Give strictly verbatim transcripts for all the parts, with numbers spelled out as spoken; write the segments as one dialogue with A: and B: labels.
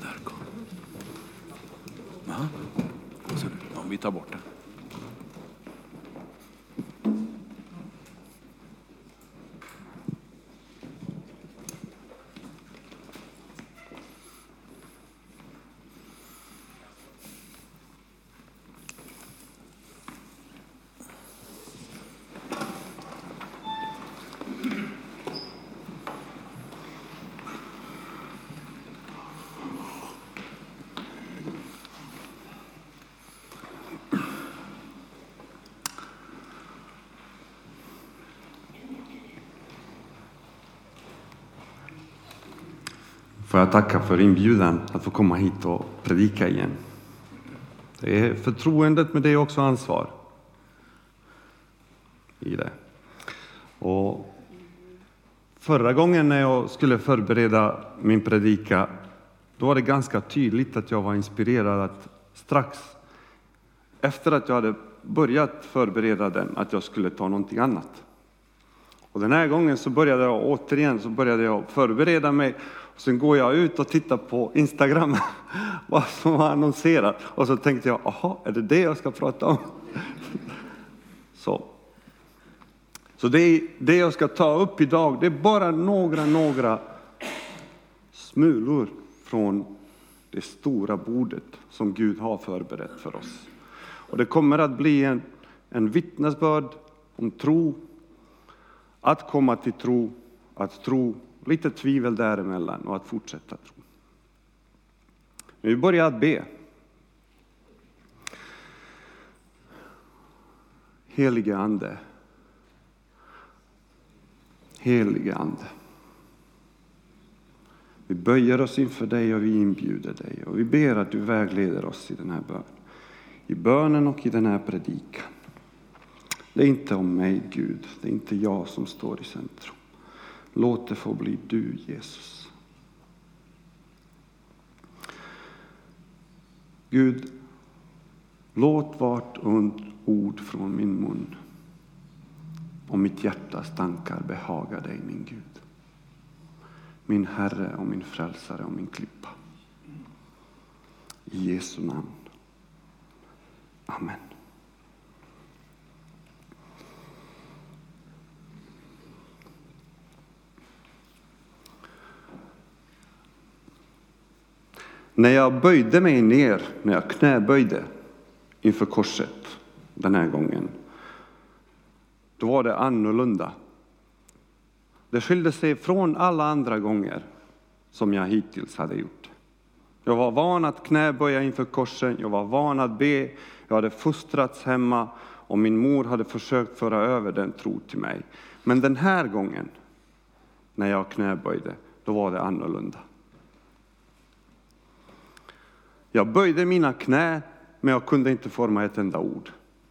A: där kom. Ja, så, ja, vi tar bort den.
B: Får jag tacka för inbjudan att få komma hit och predika igen. Det är förtroendet, men det är också ansvar i det. Och förra gången när jag skulle förbereda min predika, då var det ganska tydligt att jag var inspirerad att strax efter att jag hade börjat förbereda den, att jag skulle ta någonting annat. Och den här gången så började jag återigen så började jag förbereda mig. Och sen går jag ut och tittar på Instagram vad som var annonserat. Och så tänkte jag, aha, är det det jag ska prata om? Så, så det, det jag ska ta upp idag, det är bara några, några smulor från det stora bordet som Gud har förberett för oss. Och det kommer att bli en, en vittnesbörd om tro. Att komma till tro, att tro, lite tvivel däremellan och att fortsätta tro. Vi börjar att be. Helige Ande. Helige Ande. Vi böjer oss inför dig och vi inbjuder dig. Och vi ber att du vägleder oss i den här bönen. I bönen och i den här predikan. Det är inte om mig, Gud. Det är inte jag som står i centrum. Låt det få bli du, Jesus. Gud, låt vart ord från min mun och mitt hjärtas tankar behaga dig, min Gud. Min Herre och min frälsare och min klippa. I Jesu namn. Amen. När jag böjde mig ner, när jag knäböjde inför korset den här gången, då var det annorlunda. Det skilde sig från alla andra gånger som jag hittills hade gjort. Jag var van att knäböja inför korset, jag var van att be, jag hade fostrats hemma och min mor hade försökt föra över den tro till mig. Men den här gången, när jag knäböjde, då var det annorlunda. Jag böjde mina knä, men jag kunde inte forma ett enda ord.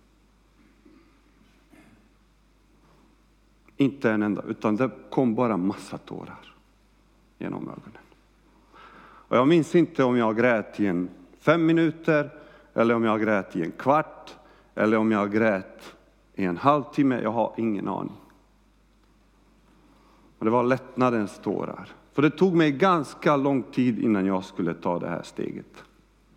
B: Inte en enda, utan det kom bara massa tårar genom ögonen. Och jag minns inte om jag grät i en fem minuter, eller om jag grät i en kvart, eller om jag grät i en halvtimme. Jag har ingen aning. Och det var lättnadens tårar. För det tog mig ganska lång tid innan jag skulle ta det här steget.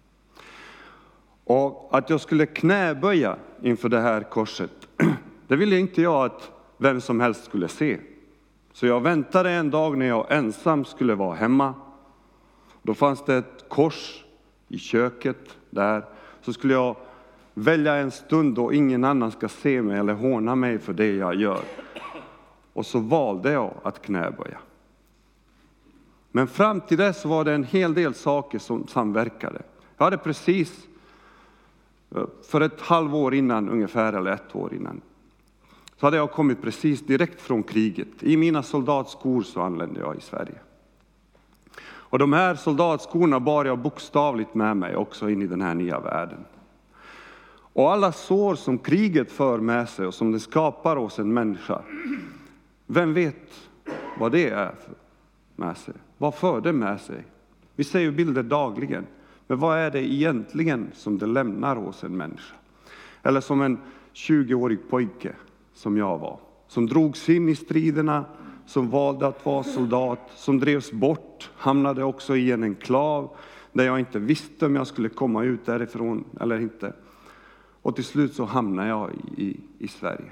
B: Och att jag skulle knäböja inför det här korset, det ville inte jag att vem som helst skulle se. Så jag väntade en dag när jag ensam skulle vara hemma. Då fanns det ett kors i köket där. Så skulle jag välja en stund då ingen annan ska se mig eller håna mig för det jag gör. Och så valde jag att knäböja. Men fram till dess var det en hel del saker som samverkade. Jag hade precis, för ett halvår innan ungefär, eller ett år innan, så hade jag kommit precis direkt från kriget. I mina soldatskor så anlände jag i Sverige. Och de här soldatskorna bar jag bokstavligt med mig också in i den här nya världen. Och alla sår som kriget för med sig och som det skapar hos en människa. Vem vet vad det är med sig? Vad för det med sig? Vi ser ju bilder dagligen. Men vad är det egentligen som det lämnar hos en människa? Eller som en tjugoårig pojke som jag var. Som drogs in i striderna. Som valde att vara soldat. Som drevs bort. Hamnade också i en enklav. där jag inte visste om jag skulle komma ut därifrån eller inte. Och till slut så hamnade jag i, i, i Sverige.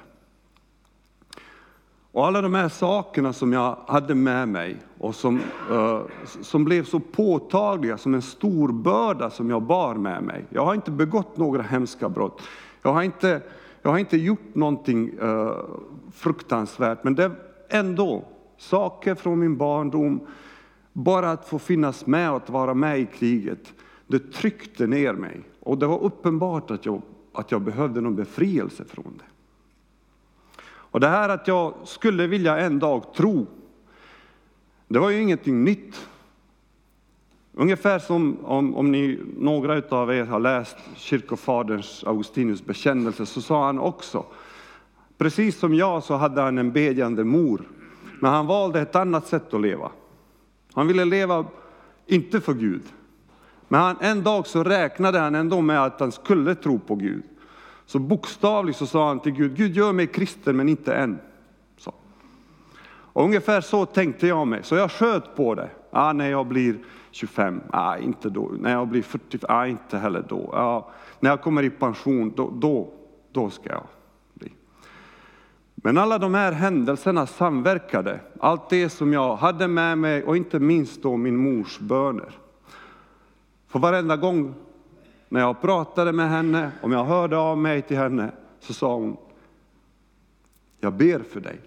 B: Och alla de här sakerna som jag hade med mig och som, uh, som blev så påtagliga som en stor börda som jag bar med mig. Jag har inte begått några hemska brott. Jag har inte, jag har inte gjort någonting uh, fruktansvärt. Men det är ändå saker från min barndom. Bara att få finnas med och att vara med i kriget. Det tryckte ner mig. Och det var uppenbart att jag, att jag behövde någon befrielse från det. Och det här att jag skulle vilja en dag tro, det var ju ingenting nytt. Ungefär som om, om ni, några av er har läst kyrkofaderns Augustinus bekännelse, så sa han också, precis som jag så hade han en bedjande mor, men han valde ett annat sätt att leva. Han ville leva inte för Gud, men han, en dag så räknade han ändå med att han skulle tro på Gud. Så bokstavligt så sa han till Gud, Gud gör mig kristen men inte än. Så. Och ungefär så tänkte jag mig. Så jag sköt på det. Ah, när jag blir tjugofem, ah, inte då. När jag blir fyrtio, ah, inte heller då. Ah, när jag kommer i pension, då, då, då ska jag bli. Men alla de här händelserna samverkade. Allt det som jag hade med mig och inte minst då min mors böner. För varenda gång när jag pratade med henne, om jag hörde av mig till henne, så sa hon, jag ber för dig.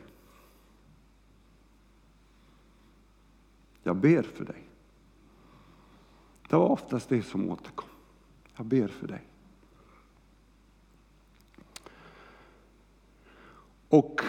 B: Jag ber för dig. Det var oftast det som återkom. Jag ber för dig. Och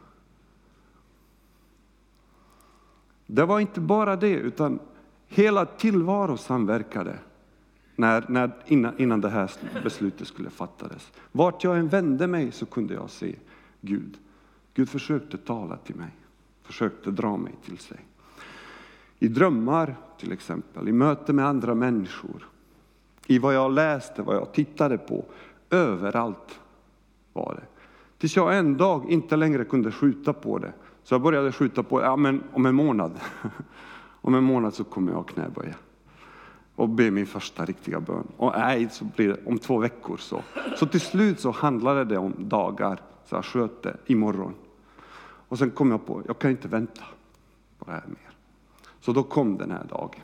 B: det var inte bara det, utan hela tillvaron samverkade. När, när, innan, innan det här beslutet skulle fattades. Vart jag än vände mig så kunde jag se Gud. Gud försökte tala till mig. Försökte dra mig till sig. I drömmar till exempel. I möte med andra människor. I vad jag läste, vad jag tittade på. Överallt var det. Tills jag en dag inte längre kunde skjuta på det. Så jag började skjuta på det. Ja, men om en månad. om en månad så kommer jag knäböja. Och be min första riktiga bön. Och nej, så blir det om två veckor så. Så till slut så handlade det om dagar. Så jag sköt det imorgon. Och sen kom jag på, jag kan inte vänta på det här mer. Så då kom den här dagen.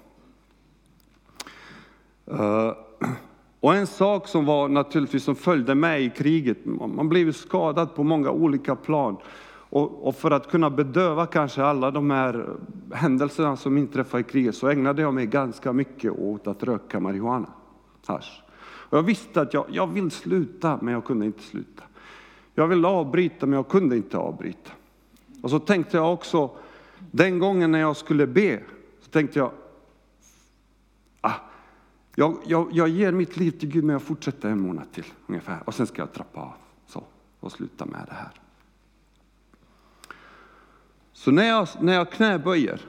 B: Uh, och en sak som var naturligtvis som följde med i kriget. Man blev skadad på många olika plan. Och, och för att kunna bedöva kanske alla de här händelserna som inträffade i kriget, så ägnade jag mig ganska mycket åt att röka marijuana. Hasch. Och jag visste att jag, jag vill sluta, men jag kunde inte sluta. Jag ville avbryta, men jag kunde inte avbryta. Och så tänkte jag också, den gången när jag skulle be, så tänkte jag, ah, jag, jag, jag ger mitt liv till Gud, men jag fortsätter en månad till ungefär. Och sen ska jag trappa av så, och sluta med det här. Så när jag, när jag knäböjer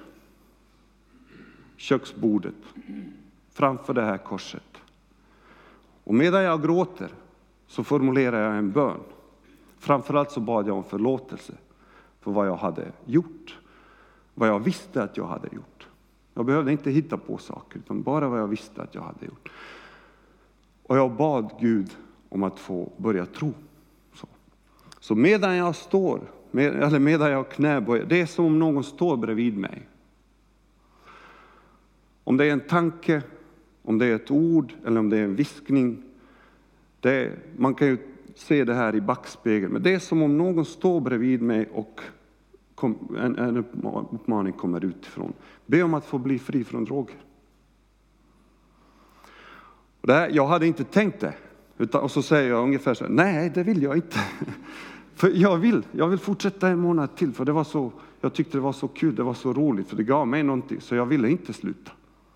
B: köksbordet framför det här korset, och medan jag gråter så formulerar jag en bön. Framförallt så bad jag om förlåtelse för vad jag hade gjort. Vad jag visste att jag hade gjort. Jag behövde inte hitta på saker, utan bara vad jag visste att jag hade gjort. Och jag bad Gud om att få börja tro. Så, så medan jag står, med, eller medan jag knäböjer, det är som om någon står bredvid mig. Om det är en tanke, om det är ett ord eller om det är en viskning. Det är, man kan ju se det här i backspegeln. Men det är som om någon står bredvid mig och kom, en, en uppmaning kommer utifrån. Be om att få bli fri från droger. Och det här, jag hade inte tänkt det. Utan, och så säger jag ungefär så här, nej det vill jag inte. För jag vill, jag vill fortsätta en månad till. För det var så, jag tyckte det var så kul, det var så roligt. För det gav mig någonting, så jag ville inte sluta.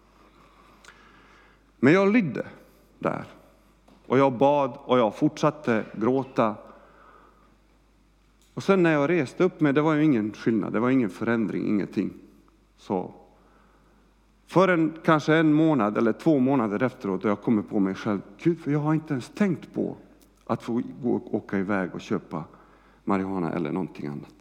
B: Men jag lydde där. Och jag bad och jag fortsatte gråta. Och sen när jag reste upp mig, det var ju ingen skillnad. Det var ingen förändring, ingenting. Så för en, kanske en månad eller två månader efteråt, och jag kommer på mig själv. Gud, för jag har inte ens tänkt på att få gå och åka iväg och köpa marijuana eller någonting annat.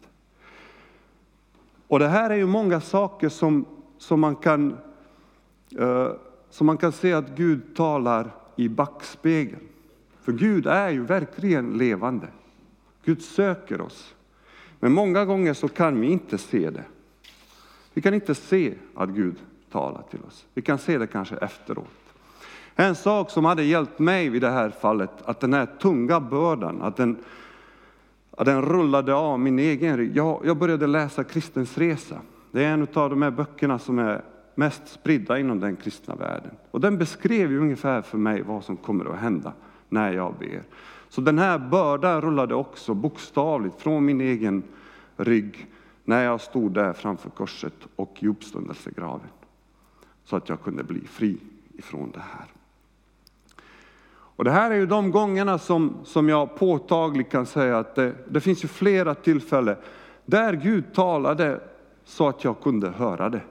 B: Och det här är ju många saker som, som man kan... Uh, så man kan se att Gud talar i backspegeln. För Gud är ju verkligen levande. Gud söker oss. Men många gånger så kan vi inte se det. Vi kan inte se att Gud talar till oss. Vi kan se det kanske efteråt. En sak som hade hjälpt mig i det här fallet, att den här tunga bördan, att den, att den rullade av min egen rygg. Jag, jag började läsa Kristens resa. Det är en av de här böckerna som är mest spridda inom den kristna världen. Och den beskrev ju ungefär för mig vad som kommer att hända när jag ber. Så den här bördan rullade också bokstavligt från min egen rygg när jag stod där framför korset och i uppståndelsegraven. Så att jag kunde bli fri ifrån det här. Och det här är ju de gångerna som, som jag påtagligt kan säga att det, det finns ju flera tillfällen där Gud talade så att jag kunde höra det.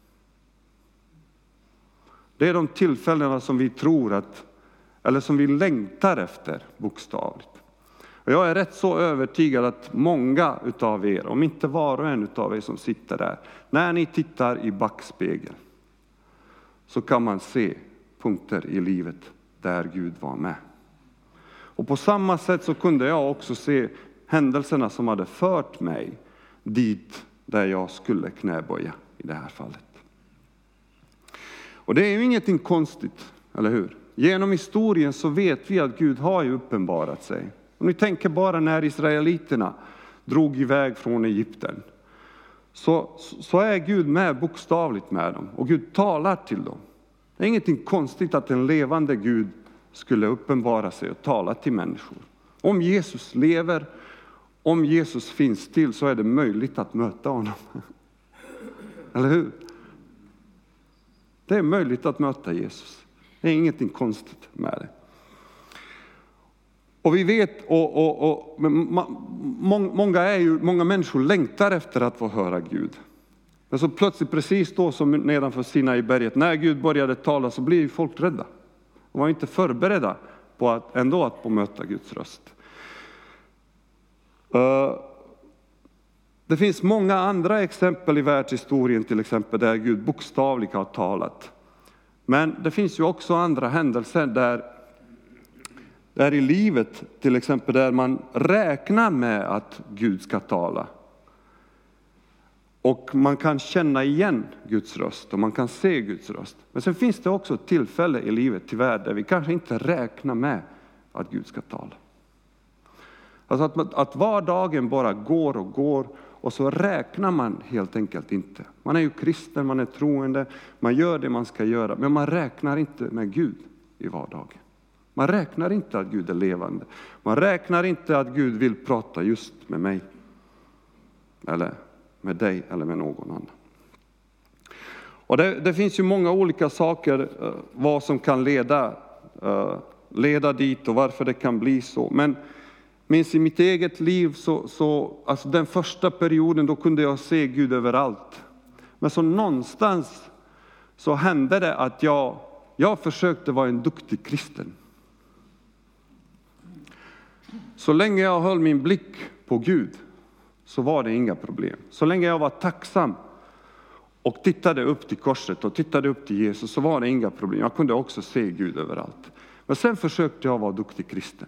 B: Det är de tillfällena som vi tror att, eller som vi längtar efter bokstavligt. Och jag är rätt så övertygad att många utav er, om inte var och en utav er som sitter där, när ni tittar i backspegeln så kan man se punkter i livet där Gud var med. Och på samma sätt så kunde jag också se händelserna som hade fört mig dit där jag skulle knäböja i det här fallet. Och det är ju ingenting konstigt, eller hur? Genom historien så vet vi att Gud har ju uppenbarat sig. Om ni tänker bara när israeliterna drog iväg från Egypten, så, så är Gud med bokstavligt med dem. Och Gud talar till dem. Det är ingenting konstigt att en levande Gud skulle uppenbara sig och tala till människor. Om Jesus lever, om Jesus finns till, så är det möjligt att möta honom. Eller hur? Det är möjligt att möta Jesus. Det är ingenting konstigt med det. Och vi vet, och, och, och, många, är ju, många människor längtar efter att få höra Gud. Men så plötsligt, precis då som nedanför Sinaiberget, när Gud började tala, så blev folk rädda. De var inte förberedda på att ändå att få möta Guds röst. Uh, det finns många andra exempel i världshistorien, till exempel där Gud bokstavligt har talat. Men det finns ju också andra händelser där, där i livet, till exempel där man räknar med att Gud ska tala. Och man kan känna igen Guds röst och man kan se Guds röst. Men sen finns det också tillfällen i livet tyvärr där vi kanske inte räknar med att Gud ska tala. Alltså att, att vardagen bara går och går och så räknar man helt enkelt inte. Man är ju kristen, man är troende, man gör det man ska göra. Men man räknar inte med Gud i vardagen. Man räknar inte att Gud är levande. Man räknar inte att Gud vill prata just med mig. Eller med dig eller med någon annan. Och det, det finns ju många olika saker uh, vad som kan leda, uh, leda dit och varför det kan bli så. Men minns i mitt eget liv så, så alltså den första perioden då kunde jag se Gud överallt. Men så någonstans så hände det att jag, jag försökte vara en duktig kristen. Så länge jag höll min blick på Gud så var det inga problem. Så länge jag var tacksam och tittade upp till korset och tittade upp till Jesus så var det inga problem. Jag kunde också se Gud överallt. Men sen försökte jag vara duktig kristen.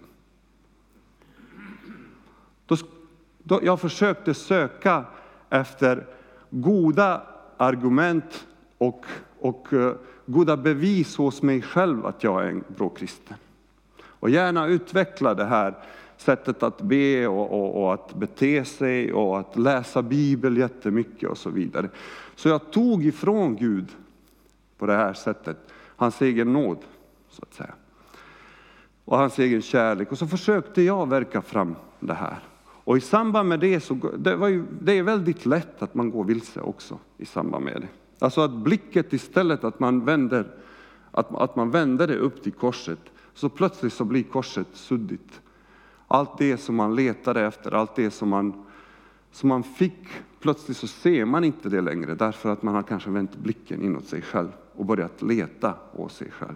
B: Då, då jag försökte söka efter goda argument och, och uh, goda bevis hos mig själv att jag är en bra kristen. Och gärna utveckla det här sättet att be och, och, och att bete sig och att läsa Bibel jättemycket och så vidare. Så jag tog ifrån Gud på det här sättet hans egen nåd, så att säga. Och hans egen kärlek. Och så försökte jag verka fram det här. Och i samband med det så det var ju, det är väldigt lätt att man går vilse också i samband med det. Alltså att blicket istället att man vänder att, att man vänder det upp till korset, så plötsligt så blir korset suddigt. Allt det som man letade efter, allt det som man, som man fick, plötsligt så ser man inte det längre. Därför att man har kanske vänt blicken inåt sig själv och börjat leta åt sig själv.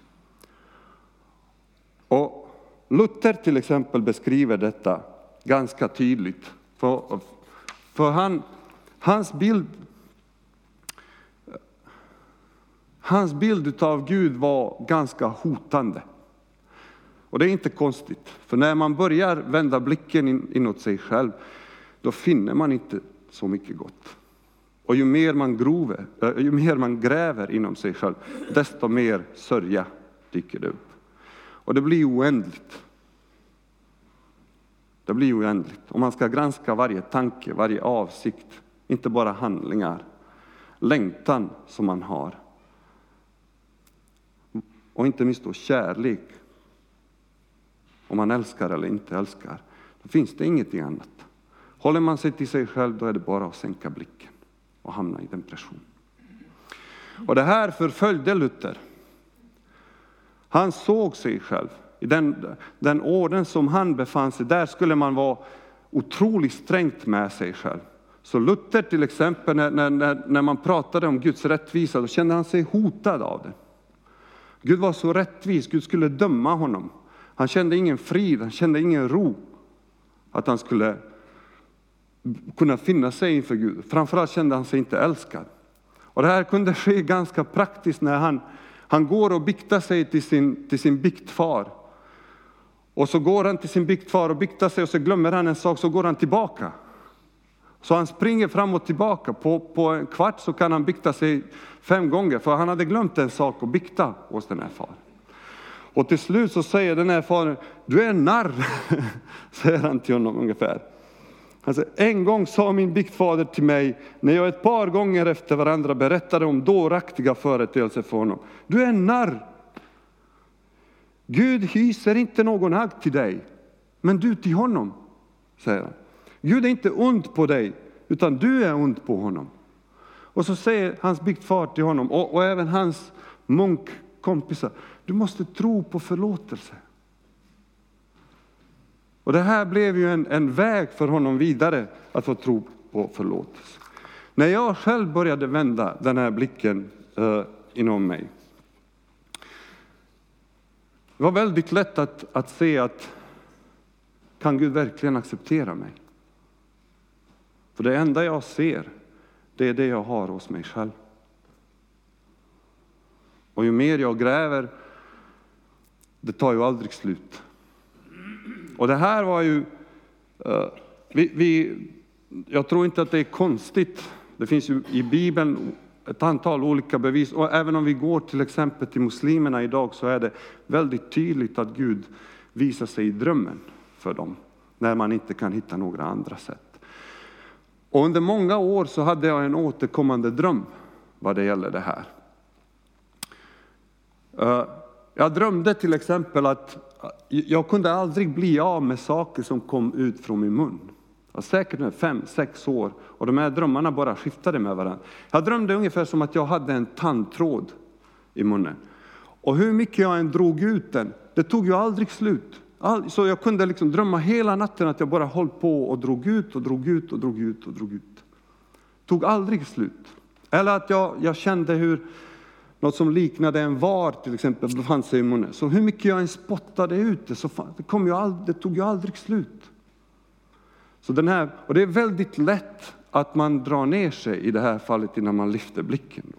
B: Och Luther till exempel beskriver detta ganska tydligt. För, för han, hans bild... Hans bild av Gud var ganska hotande. Och det är inte konstigt. För när man börjar vända blicken in, inåt sig själv, då finner man inte så mycket gott. Och ju mer man grover, ju mer man gräver inom sig själv, desto mer sörja dyker det upp. Och det blir oändligt. Det blir oändligt. Och man ska granska varje tanke, varje avsikt. Inte bara handlingar. Längtan som man har. Och inte minst då kärlek. Om man älskar eller inte älskar. Då finns det ingenting annat. Håller man sig till sig själv, då är det bara att sänka blicken. Och hamna i depression. Och det här förföljde Luther. Han såg sig själv. I den, den orden som han befann sig, där skulle man vara otroligt strängt med sig själv. Så Luther till exempel, när, när, när man pratade om Guds rättvisa, då kände han sig hotad av det. Gud var så rättvis, Gud skulle döma honom. Han kände ingen frid, han kände ingen ro. Att han skulle kunna finna sig inför Gud. Framförallt kände han sig inte älskad. Och det här kunde ske ganska praktiskt när han, han går och biktar sig till sin, till sin biktfar. Och så går han till sin biktfar och biktar sig och så glömmer han en sak, så går han tillbaka. Så han springer fram och tillbaka. På, på en kvart så kan han bikta sig fem gånger, för han hade glömt en sak och bikta hos den här far. Och till slut så säger den här faren, du är en narr, säger han till honom ungefär. Han säger, en gång sa min biktfader till mig, när jag ett par gånger efter varandra berättade om dåraktiga företeelser för honom. Du är en narr. Gud hyser inte någon akt till dig, men du till honom, säger han. Gud är inte ond på dig, utan du är ond på honom. Och så säger hans biktfar till honom, och, och även hans munkkompisar, du måste tro på förlåtelse. Och det här blev ju en, en väg för honom vidare att få tro på förlåtelse. När jag själv började vända den här blicken uh, inom mig, det var väldigt lätt att, att se att kan Gud verkligen acceptera mig? För det enda jag ser, det är det jag har hos mig själv. Och ju mer jag gräver, det tar ju aldrig slut. Och det här var ju, uh, vi, vi, jag tror inte att det är konstigt. Det finns ju i Bibeln ett antal olika bevis. Och även om vi går till exempel till muslimerna idag, så är det väldigt tydligt att Gud visar sig i drömmen för dem. När man inte kan hitta några andra sätt. Och under många år så hade jag en återkommande dröm vad det gäller det här. Uh, jag drömde till exempel att jag kunde aldrig bli av med saker som kom ut från min mun. Jag var säkert med fem, sex år. Och de här drömmarna bara skiftade med varandra. Jag drömde ungefär som att jag hade en tandtråd i munnen. Och hur mycket jag än drog ut den, det tog ju aldrig slut. All, så jag kunde liksom drömma hela natten att jag bara höll på och drog ut och drog ut och drog ut och drog ut. Tog aldrig slut. Eller att jag, jag kände hur något som liknade en var till exempel befann sig i munnen. Så hur mycket jag än spottade ut det, så fan, det, kom ju all, det tog ju aldrig slut. Så den här, och det är väldigt lätt att man drar ner sig i det här fallet innan man lyfter blicken.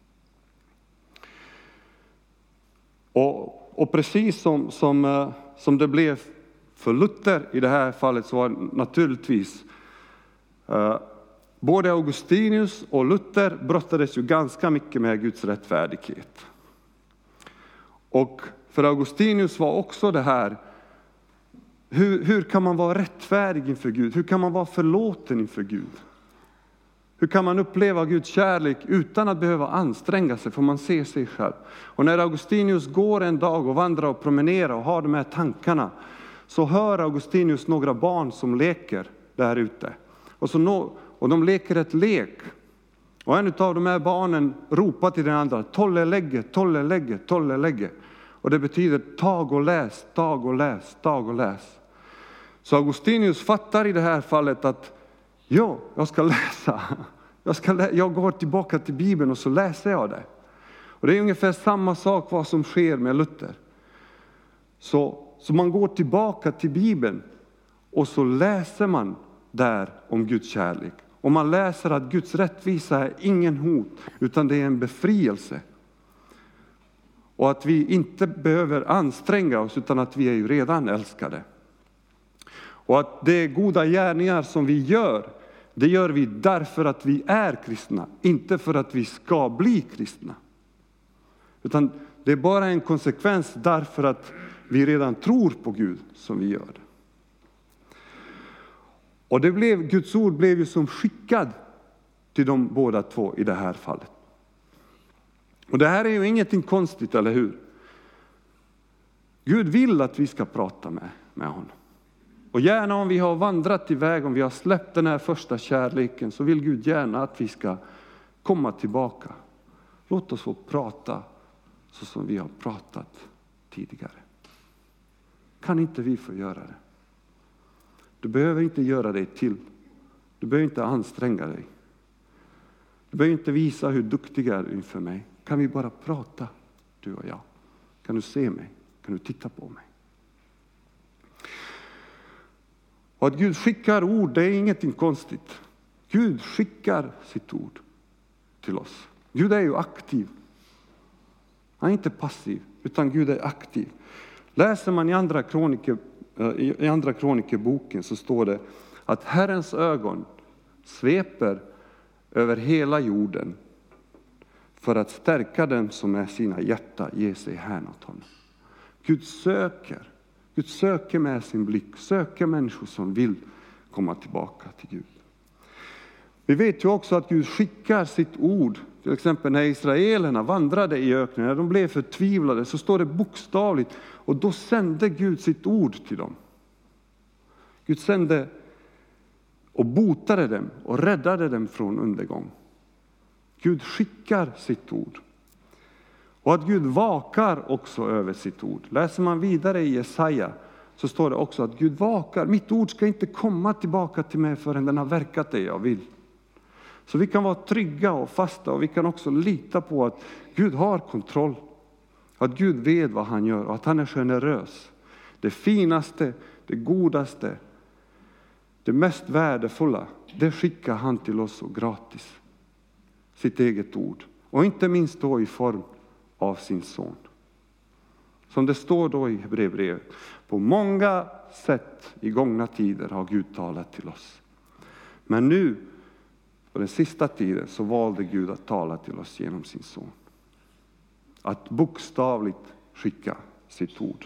B: Och, och precis som, som, som det blev för Luther i det här fallet, så var naturligtvis uh, både Augustinus och Luther brottades ju ganska mycket med Guds rättfärdighet. Och för Augustinus var också det här, hur, hur kan man vara rättfärdig inför Gud? Hur kan man vara förlåten inför Gud? Hur kan man uppleva Guds kärlek utan att behöva anstränga sig, för man ser sig själv? Och när Augustinus går en dag och vandrar och promenerar och har de här tankarna, så hör Augustinus några barn som leker där ute. Och, så nå, och de leker ett lek. Och en av de här barnen ropar till den andra, tolle lägge, tolle lägge, tolle lägge. Och det betyder tag och läs, tag och läs, tag och läs. Så Augustinus fattar i det här fallet att ja, jag ska läsa. Jag, ska lä- jag går tillbaka till Bibeln och så läser jag det. Och det är ungefär samma sak vad som sker med Luther. Så, så man går tillbaka till Bibeln och så läser man där om Guds kärlek. Och man läser att Guds rättvisa är ingen hot, utan det är en befrielse. Och att vi inte behöver anstränga oss utan att vi är ju redan älskade. Och att det goda gärningar som vi gör, det gör vi därför att vi är kristna. Inte för att vi ska bli kristna. Utan det är bara en konsekvens därför att vi redan tror på Gud som vi gör det. Och det blev, Guds ord blev ju som skickad till de båda två i det här fallet. Och det här är ju ingenting konstigt, eller hur? Gud vill att vi ska prata med, med honom. Och gärna om vi har vandrat iväg, om vi har släppt den här första kärleken, så vill Gud gärna att vi ska komma tillbaka. Låt oss få prata så som vi har pratat tidigare. Kan inte vi få göra det? Du behöver inte göra dig till. Du behöver inte anstränga dig. Du behöver inte visa hur duktig är du inför mig. Kan vi bara prata, du och jag? Kan du se mig? Kan du titta på mig? Och att Gud skickar ord, det är ingenting konstigt. Gud skickar sitt ord till oss. Gud är ju aktiv. Han är inte passiv, utan Gud är aktiv. Läser man i andra kroniker, i andra kronikeboken så står det att Herrens ögon sveper över hela jorden för att stärka dem som är sina hjärta ger sig hän åt honom. Gud söker. Gud söker med sin blick. Söker människor som vill komma tillbaka till Gud. Vi vet ju också att Gud skickar sitt ord. Till exempel när israelerna vandrade i öknen. När de blev förtvivlade så står det bokstavligt. Och då sände Gud sitt ord till dem. Gud sände och botade dem och räddade dem från undergång. Gud skickar sitt ord. Och att Gud vakar också över sitt ord. Läser man vidare i Jesaja så står det också att Gud vakar. Mitt ord ska inte komma tillbaka till mig förrän den har verkat det jag vill. Så vi kan vara trygga och fasta och vi kan också lita på att Gud har kontroll. Att Gud vet vad han gör och att han är generös. Det finaste, det godaste, det mest värdefulla, det skickar han till oss så gratis. Sitt eget ord. Och inte minst då i form av sin son. Som det står då i Hebreerbrevet. På många sätt i gångna tider har Gud talat till oss. Men nu, på den sista tiden, så valde Gud att tala till oss genom sin son. Att bokstavligt skicka sitt ord.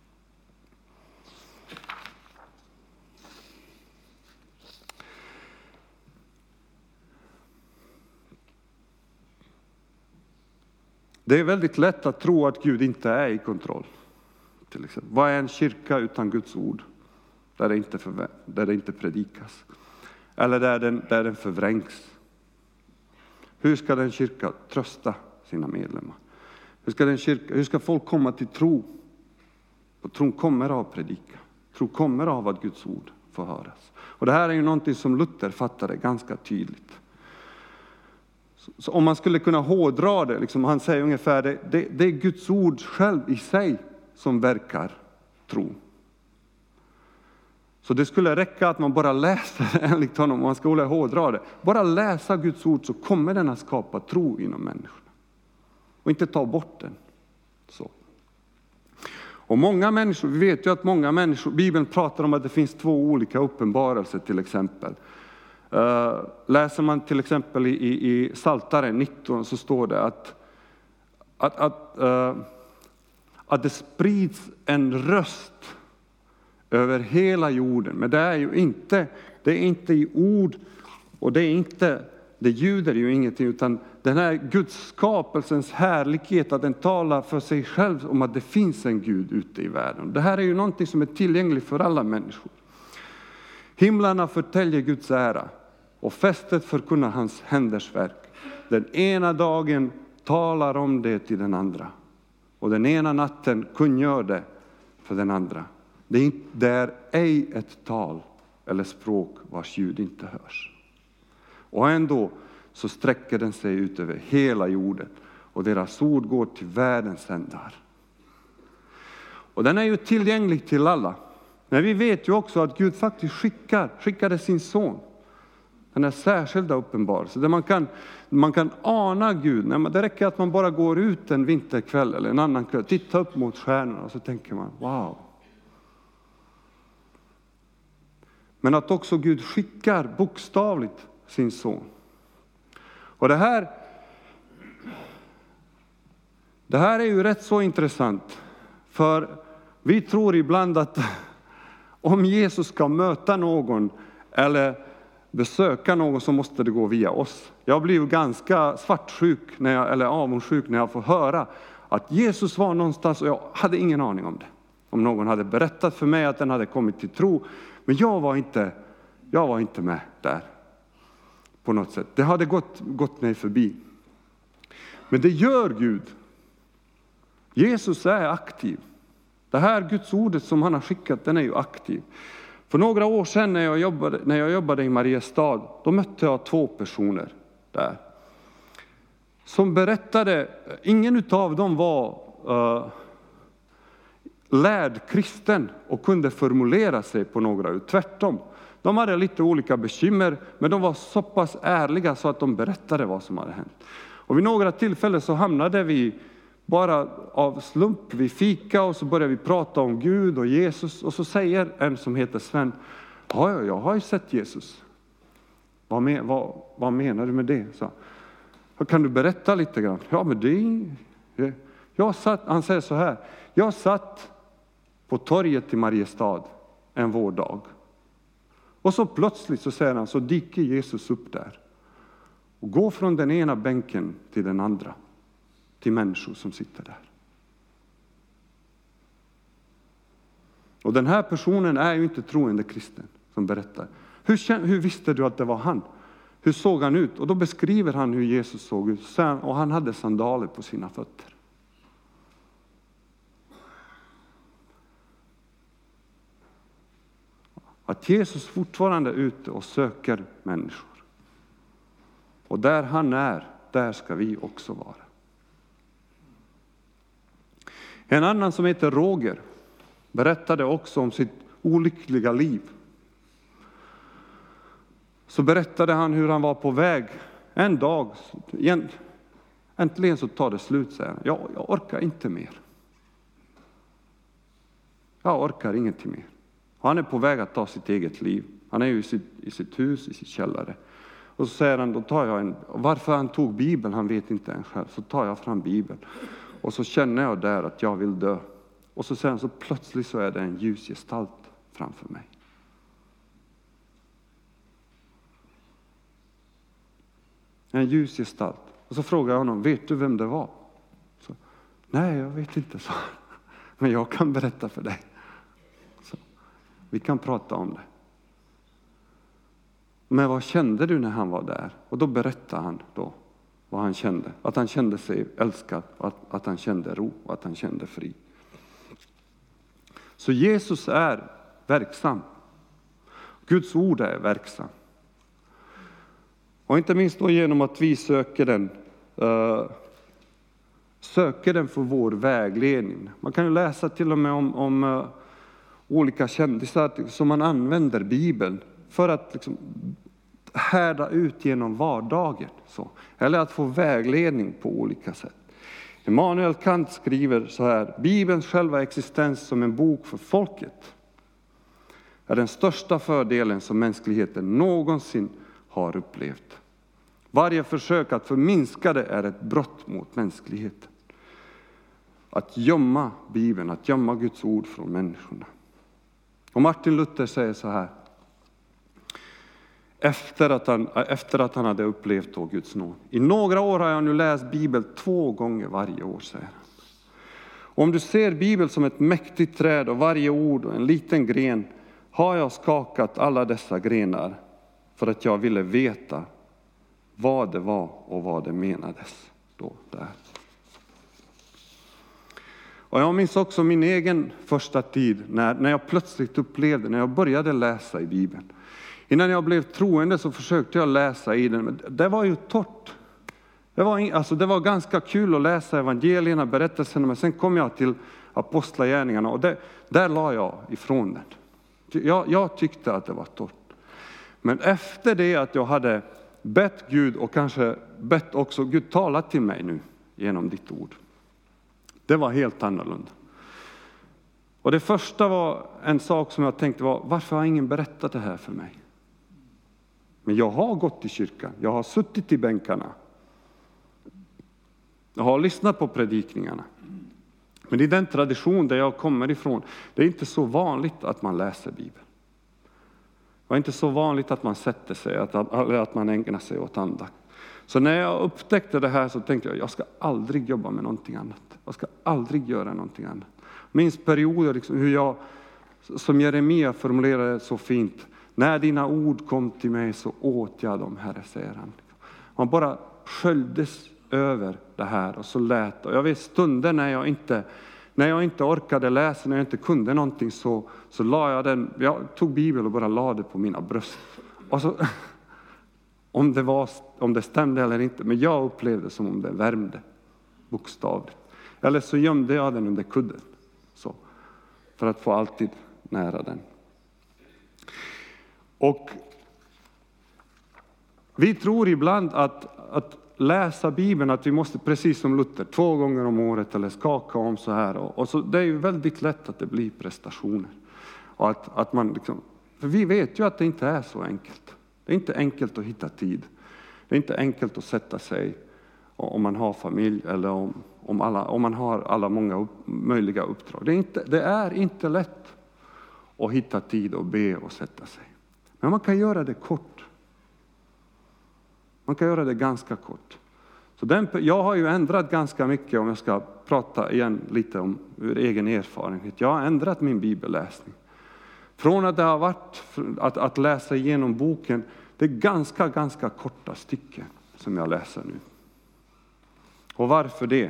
B: Det är väldigt lätt att tro att Gud inte är i kontroll. Till exempel. Vad är en kyrka utan Guds ord? Där det inte, förvä- där det inte predikas. Eller där den, där den förvrängs. Hur ska den kyrka trösta sina medlemmar? Hur ska, den kyrka, hur ska folk komma till tro? Och tron kommer av predika. Tro kommer av att Guds ord får höras. Och det här är ju någonting som Luther fattade ganska tydligt. Så om man skulle kunna hårdra det, liksom, han säger ungefär det, det, det är Guds ord själv i sig som verkar tro. Så det skulle räcka att man bara läser enligt honom, om man skulle hårdra det. Bara läsa Guds ord så kommer den att skapa tro inom människorna. Och inte ta bort den. Så. Och många människor, vi vet ju att många människor, Bibeln pratar om att det finns två olika uppenbarelser till exempel. Uh, läser man till exempel i, i, i Psaltaren nitton så står det att, att, att, uh, att det sprids en röst över hela jorden. Men det är ju inte, det är inte i ord och det är inte, det ljuder ju ingenting, utan den här Guds skapelsens härlighet, att den talar för sig själv om att det finns en Gud ute i världen. Det här är ju någonting som är tillgängligt för alla människor. Himlarna förtäljer Guds ära och fästet förkunnar hans händers verk. Den ena dagen talar om det till den andra. Och den ena natten kungör det för den andra. Det är, inte, det är ej ett tal eller språk vars ljud inte hörs. Och ändå så sträcker den sig ut över hela jorden. Och deras ord går till världens ändar. Och den är ju tillgänglig till alla. Men vi vet ju också att Gud faktiskt skickar, skickade sin son. Den här särskilda uppenbarelsen. Där man kan, man kan ana Gud. Det räcker att man bara går ut en vinterkväll eller en annan kväll. Titta upp mot stjärnorna och så tänker man, wow. Men att också Gud skickar bokstavligt sin son. Och det här, det här är ju rätt så intressant. För vi tror ibland att om Jesus ska möta någon eller besöka någon så måste det gå via oss. Jag blir ganska svartsjuk när jag, eller avundsjuk när jag får höra att Jesus var någonstans och jag hade ingen aning om det. Om någon hade berättat för mig att den hade kommit till tro. Men jag var inte, jag var inte med där på något sätt. Det hade gått, gått mig förbi. Men det gör Gud. Jesus är aktiv. Det här Guds ordet som han har skickat, den är ju aktiv. För några år sedan när jag jobbade, när jag jobbade i Mariestad, då mötte jag två personer där. Som berättade, ingen utav dem var uh, lärd kristen och kunde formulera sig på några. Tvärtom, de hade lite olika bekymmer, men de var så pass ärliga så att de berättade vad som hade hänt. Och vid några tillfällen så hamnade vi bara av slump, vi fika och så började vi prata om Gud och Jesus. Och så säger en som heter Sven, ja, ja jag har ju sett Jesus. Vad, men, vad, vad menar du med det? Så, kan du berätta lite grann? Ja, men det jag satt, han säger så här, jag satt på torget i Mariestad en vårdag. Och så plötsligt så säger han, så dyker Jesus upp där. Och går från den ena bänken till den andra. Till människor som sitter där. Och den här personen är ju inte troende kristen som berättar. Hur, hur visste du att det var han? Hur såg han ut? Och då beskriver han hur Jesus såg ut. Och han hade sandaler på sina fötter. Att Jesus fortfarande är ute och söker människor. Och där han är, där ska vi också vara. En annan som heter Roger berättade också om sitt olyckliga liv. Så berättade han hur han var på väg en dag. Äntligen så tar det slut, säger han. Jag, jag orkar inte mer. Jag orkar ingenting mer. Och han är på väg att ta sitt eget liv. Han är ju i sitt, i sitt hus, i sitt källare. Och så säger han, då tar jag en, varför han tog Bibeln, han vet inte än själv. Så tar jag fram Bibeln. Och så känner jag där att jag vill dö. Och så sen så plötsligt så är det en ljusgestalt framför mig. En ljusgestalt. Och så frågar jag honom, vet du vem det var? Så, nej, jag vet inte, så. Men jag kan berätta för dig. Så, vi kan prata om det. Men vad kände du när han var där? Och då berättade han då vad han kände. Att han kände sig älskad, att, att han kände ro, att han kände fri. Så Jesus är verksam. Guds ord är verksam. Och inte minst då genom att vi söker den, uh, söker den för vår vägledning. Man kan ju läsa till och med om, om uh, olika kändisar som man använder Bibeln för att liksom härda ut genom vardagen. Så. Eller att få vägledning på olika sätt. Immanuel Kant skriver så här: Bibelns själva existens som en bok för folket är den största fördelen som mänskligheten någonsin har upplevt. Varje försök att förminska det är ett brott mot mänskligheten. Att gömma Bibeln, att gömma Guds ord från människorna. Och Martin Luther säger så här: Efter att, han, efter att han hade upplevt då Guds nåd. I några år har jag nu läst Bibeln två gånger varje år, säger han. Om du ser Bibeln som ett mäktigt träd och varje ord och en liten gren, har jag skakat alla dessa grenar för att jag ville veta vad det var och vad det menades då där. Och jag minns också min egen första tid när, när jag plötsligt upplevde, när jag började läsa i Bibeln. Innan jag blev troende så försökte jag läsa i den, men det var ju torrt. Det var, alltså det var ganska kul att läsa evangelierna, berättelserna, men sen kom jag till apostlagärningarna och det, där la jag ifrån den. Jag, jag tyckte att det var torrt. Men efter det att jag hade bett Gud och kanske bett också Gud tala till mig nu genom ditt ord. Det var helt annorlunda. Och det första var en sak som jag tänkte var, varför har ingen berättat det här för mig? Men jag har gått i kyrkan, jag har suttit i bänkarna. Jag har lyssnat på predikningarna. Men i den tradition där jag kommer ifrån, det är inte så vanligt att man läser Bibeln. Det var inte så vanligt att man sätter sig, att, eller att man ägnar sig åt andakt. Så när jag upptäckte det här så tänkte jag, jag ska aldrig jobba med någonting annat. Jag ska aldrig göra någonting annat. Minns perioder liksom, hur jag, som Jeremia formulerade så fint. När dina ord kom till mig så åt jag dem, Herre, säger han. Man bara sköljdes över det här och så lät. Och jag vet stunder när jag inte, när jag inte orkade läsa, när jag inte kunde någonting så, så la jag den, jag tog Bibeln och bara lade på mina bröst. Och så, om det var, om det stämde eller inte, men jag upplevde som om det värmde, bokstavligt. Eller så gömde jag den under kudden, så, för att få alltid nära den. Och vi tror ibland att, att läsa Bibeln, att vi måste precis som Luther två gånger om året eller skaka om så här. Och, och så, det är ju väldigt lätt att det blir prestationer. Och att, att man liksom, för vi vet ju att det inte är så enkelt. Det är inte enkelt att hitta tid. Det är inte enkelt att sätta sig om man har familj eller om, om, alla, om man har alla många upp, möjliga uppdrag. Det är, inte, det är inte lätt att hitta tid och be och sätta sig. Men man kan göra det kort. Man kan göra det ganska kort. Så den, jag har ju ändrat ganska mycket, om jag ska prata igen lite om ur egen erfarenhet. Jag har ändrat min bibelläsning. Från att det har varit att, att läsa igenom boken, det är ganska, ganska korta stycken som jag läser nu. Och varför det?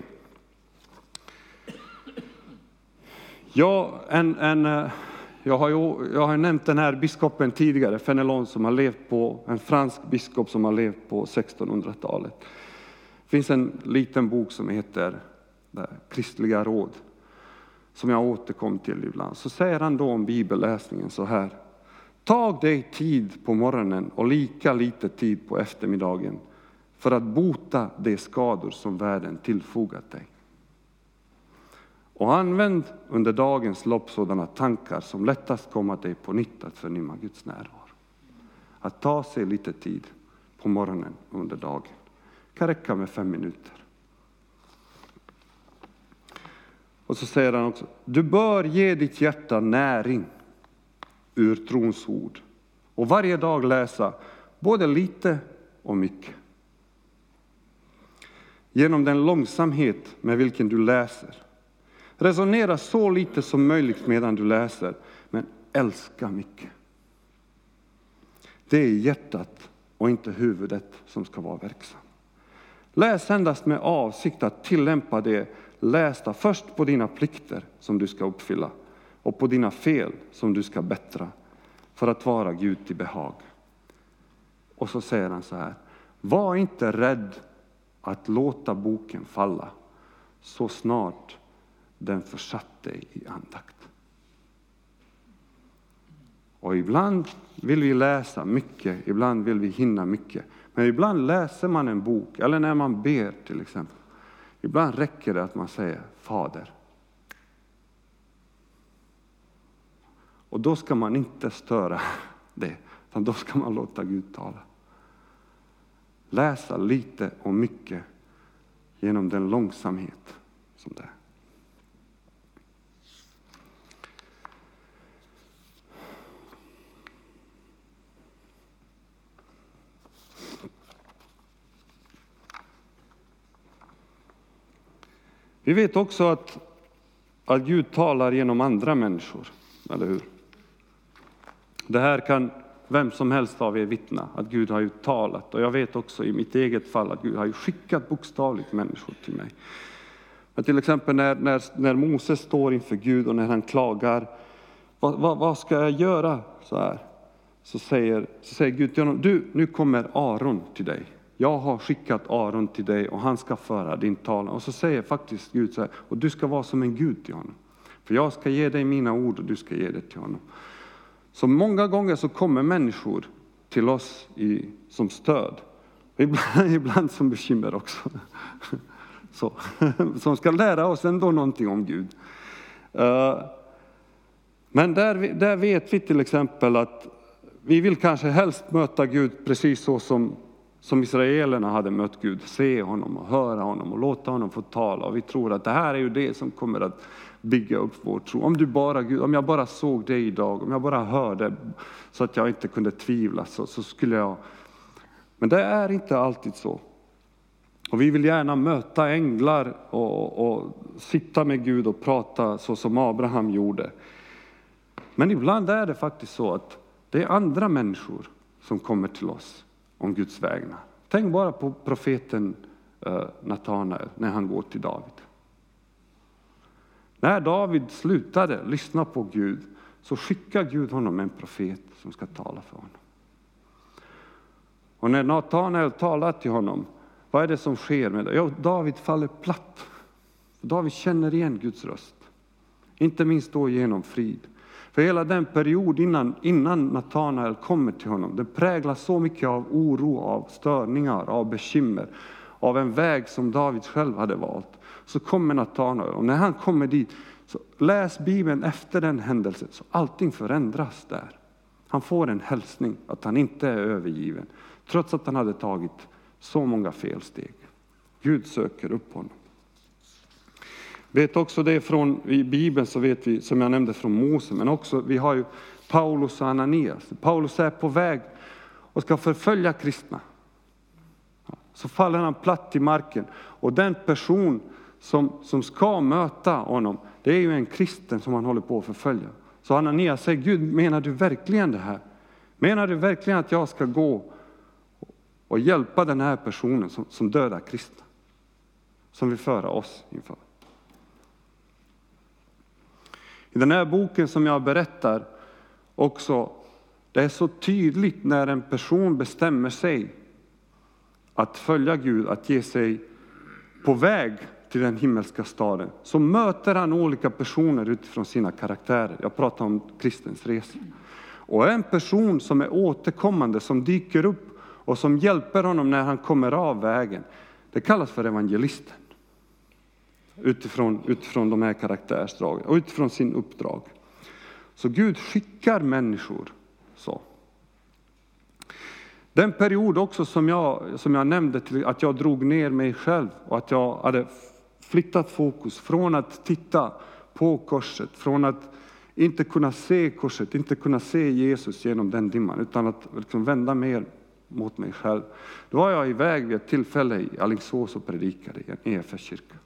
B: Ja, en... en Jag har, ju, jag har nämnt den här biskopen tidigare, Fenelon, som har levt på, en fransk biskop som har levt på sextonhundratalet. Det finns en liten bok som heter Kristliga råd, som jag återkom till ibland. Så säger han då om bibelläsningen så här. Tag dig tid på morgonen och lika lite tid på eftermiddagen för att bota de skador som världen tillfogat dig. Och använd under dagens lopp sådana tankar som lättast kommer dig på nytt att förnimma Guds närvaro. Att ta sig lite tid på morgonen under dagen. Det kan räcka med fem minuter. Och så säger han också, du bör ge ditt hjärta näring ur trons ord. Och varje dag läsa både lite och mycket. Genom den långsamhet med vilken du läser. Resonera så lite som möjligt medan du läser, men älska mycket. Det är hjärtat och inte huvudet som ska vara verksam. Läs endast med avsikt att tillämpa det lästa först på dina plikter som du ska uppfylla och på dina fel som du ska bättra för att vara Gud till behag. Och så säger han så här, var inte rädd att låta boken falla så snart den försatt dig i andakt. Och ibland vill vi läsa mycket, ibland vill vi hinna mycket. Men ibland läser man en bok, eller när man ber till exempel. Ibland räcker det att man säger Fader. Och då ska man inte störa det, utan då ska man låta Gud tala. Läsa lite och mycket genom den långsamhet som det är. Vi vet också att, att Gud talar genom andra människor, eller hur? Det här kan vem som helst av er vittna, att Gud har ju talat. Och jag vet också i mitt eget fall att Gud har ju skickat bokstavligt människor till mig. Men till exempel när, när, när Moses står inför Gud och när han klagar, vad, vad, vad ska jag göra så här? Så säger, så säger Gud till honom, du, nu kommer Aron till dig. Jag har skickat Aron till dig och han ska föra din talan. Och så säger faktiskt Gud så här, och du ska vara som en Gud till honom. För jag ska ge dig mina ord och du ska ge det till honom. Så många gånger så kommer människor till oss i, som stöd. Ibland, ibland som bekymmer också. Så, som ska lära oss ändå någonting om Gud. Uh, men där, där vet vi till exempel att vi vill kanske helst möta Gud precis så som, som israelerna hade mött Gud. Se honom och höra honom och låta honom få tala. Och vi tror att det här är ju det som kommer att bygga upp vår tro. Om du bara Gud, om jag bara såg det idag, om jag bara hörde så att jag inte kunde tvivla, så, så skulle jag. Men det är inte alltid så. Och vi vill gärna möta änglar och, och sitta med Gud och prata så som Abraham gjorde. Men ibland är det faktiskt så att det är andra människor som kommer till oss om Guds vägnar. Tänk bara på profeten uh, Natanael när han går till David. När David slutade lyssna på Gud så skickar Gud honom en profet som ska tala för honom. Och när Natanael talar till honom, vad är det som sker med det? Ja, David faller platt. David känner igen Guds röst. Inte minst då genom frid. För hela den period innan, innan Natanael kommer till honom, det präglas så mycket av oro, av störningar, av bekymmer, av en väg som David själv hade valt. Så kommer Natanael, och när han kommer dit, så läs Bibeln efter den händelsen, så allting förändras där. Han får en hälsning att han inte är övergiven, trots att han hade tagit så många felsteg. Gud söker upp honom. Vet också det från i Bibeln, så vet vi, som jag nämnde, från Mose, men också vi har ju Paulus och Ananias. Paulus är på väg och ska förfölja kristna. Så faller han platt i marken, och den person som, som ska möta honom, det är ju en kristen som han håller på att förfölja. Så Ananias säger, Gud, menar du verkligen det här? Menar du verkligen att jag ska gå och hjälpa den här personen som, som dödar kristna? Som vill föra oss inför. I den här boken som jag berättar också, det är så tydligt när en person bestämmer sig att följa Gud, att ge sig på väg till den himmelska staden, så möter han olika personer utifrån sina karaktärer. Jag pratar om kristens resa. Och en person som är återkommande, som dyker upp och som hjälper honom när han kommer av vägen, det kallas för evangelisten. Utifrån, utifrån de här karaktärsdragen och utifrån sin uppdrag. Så Gud skickar människor så. Den period också som jag, som jag nämnde, till att jag drog ner mig själv och att jag hade flyttat fokus från att titta på korset, från att inte kunna se korset, inte kunna se Jesus genom den dimman, utan att liksom vända mer mot mig själv. Då var jag iväg vid ett tillfälle i Alingsås och predikade i en E F S-kyrka.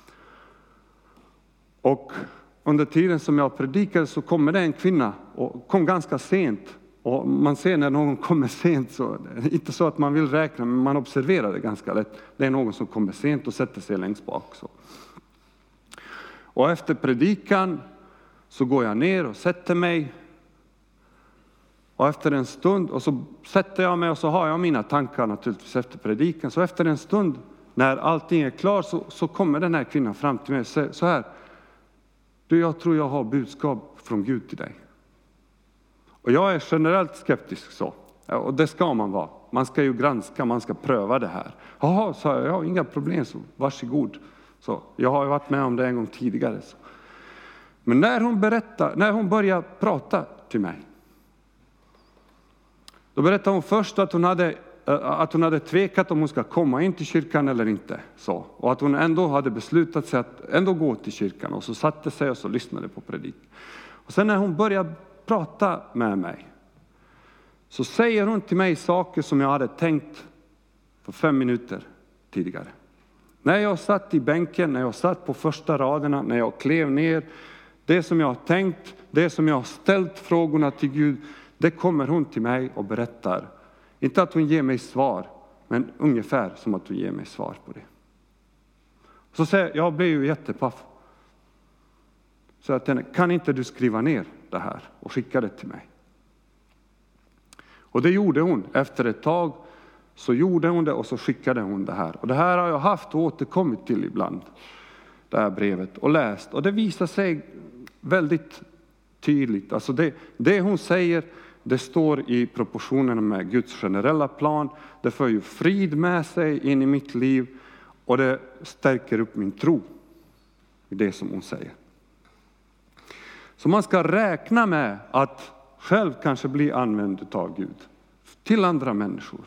B: Och under tiden som jag predikade så kommer det en kvinna, och kom ganska sent. Och man ser när någon kommer sent, så inte så att man vill räkna, men man observerar det ganska lätt. Det är någon som kommer sent och sätter sig längst bak. Så. Och efter predikan så går jag ner och sätter mig. Och efter en stund, och så sätter jag mig och så har jag mina tankar naturligtvis efter predikan. Så efter en stund, när allting är klart, så, så kommer den här kvinnan fram till mig och säger så här: du, jag tror jag har budskap från Gud till dig. Och jag är generellt skeptisk så. Och det ska man vara. Man ska ju granska, man ska pröva det här. Jaha, sa jag, jag har inga problem, så varsågod. Så, jag har ju varit med om det en gång tidigare. Så. Men när hon berättar, när hon börjar prata till mig, då berättar hon först att hon hade, att hon hade tvekat om hon ska komma in till kyrkan eller inte. Så. Och att hon ändå hade beslutat sig att ändå gå till kyrkan. Och så satte sig och så lyssnade på predik. Och sen när hon börjar prata med mig, så säger hon till mig saker som jag hade tänkt för fem minuter tidigare. När jag satt i bänken, när jag satt på första raderna, när jag klev ner, det som jag har tänkt, det som jag har ställt frågorna till Gud, det kommer hon till mig och berättar. Inte att hon ger mig svar, men ungefär som att hon ger mig svar på det. Så säger jag, jag blir ju jättepaff. Så att henne, kan inte du skriva ner det här och skicka det till mig? Och det gjorde hon. Efter ett tag så gjorde hon det och så skickade hon det här. Och det här har jag haft och återkommit till ibland. Det här brevet och läst. Och det visar sig väldigt tydligt. Alltså det, det hon säger, det står i proportionerna med Guds generella plan. Det för ju frid med sig in i mitt liv och det stärker upp min tro i det som hon säger. Så man ska räkna med att själv kanske bli använd av Gud till andra människor.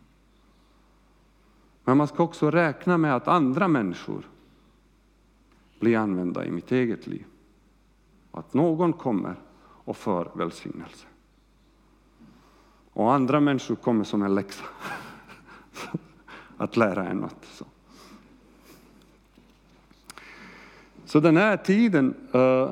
B: Men man ska också räkna med att andra människor blir använda i mitt eget liv. Att någon kommer och för välsignelse. Och andra människor kommer som en läxa. Att lära en något. Så, så den här tiden... Uh,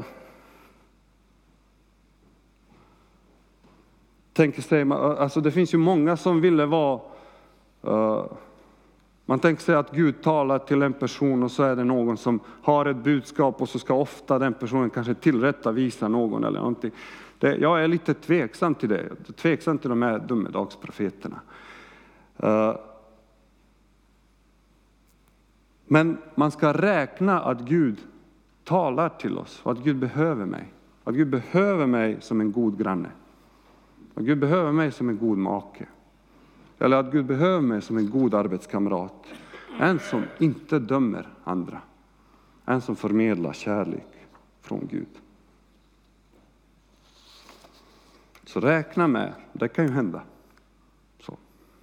B: tänker sig, alltså det finns ju många som ville vara... Uh, man tänker sig att Gud talar till en person och så är det någon som har ett budskap och så ska ofta den personen kanske tillrättavisa någon eller någonting. Det, jag är lite tveksam till det. Tveksam till de här domedagsprofeterna. Uh, men man ska räkna att Gud talar till oss och att Gud behöver mig. Att Gud behöver mig som en god granne. Att Gud behöver mig som en god make. Eller att Gud behöver mig som en god arbetskamrat. En som inte dömer andra. En som förmedlar kärlek från Gud. Så räkna med, det kan ju hända. Så.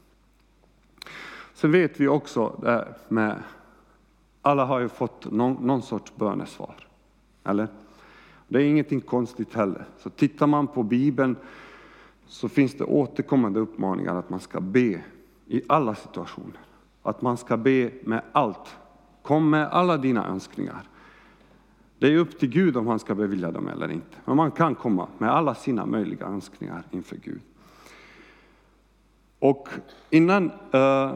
B: Sen vet vi också det med, alla har ju fått någon, någon sorts bönesvar. Eller? Det är ingenting konstigt heller. Så tittar man på Bibeln så finns det återkommande uppmaningar att man ska be i alla situationer. Att man ska be med allt. Kom med alla dina önskningar. Det är upp till Gud om han ska bevilja dem eller inte. Men man kan komma med alla sina möjliga önskningar inför Gud. Och innan uh,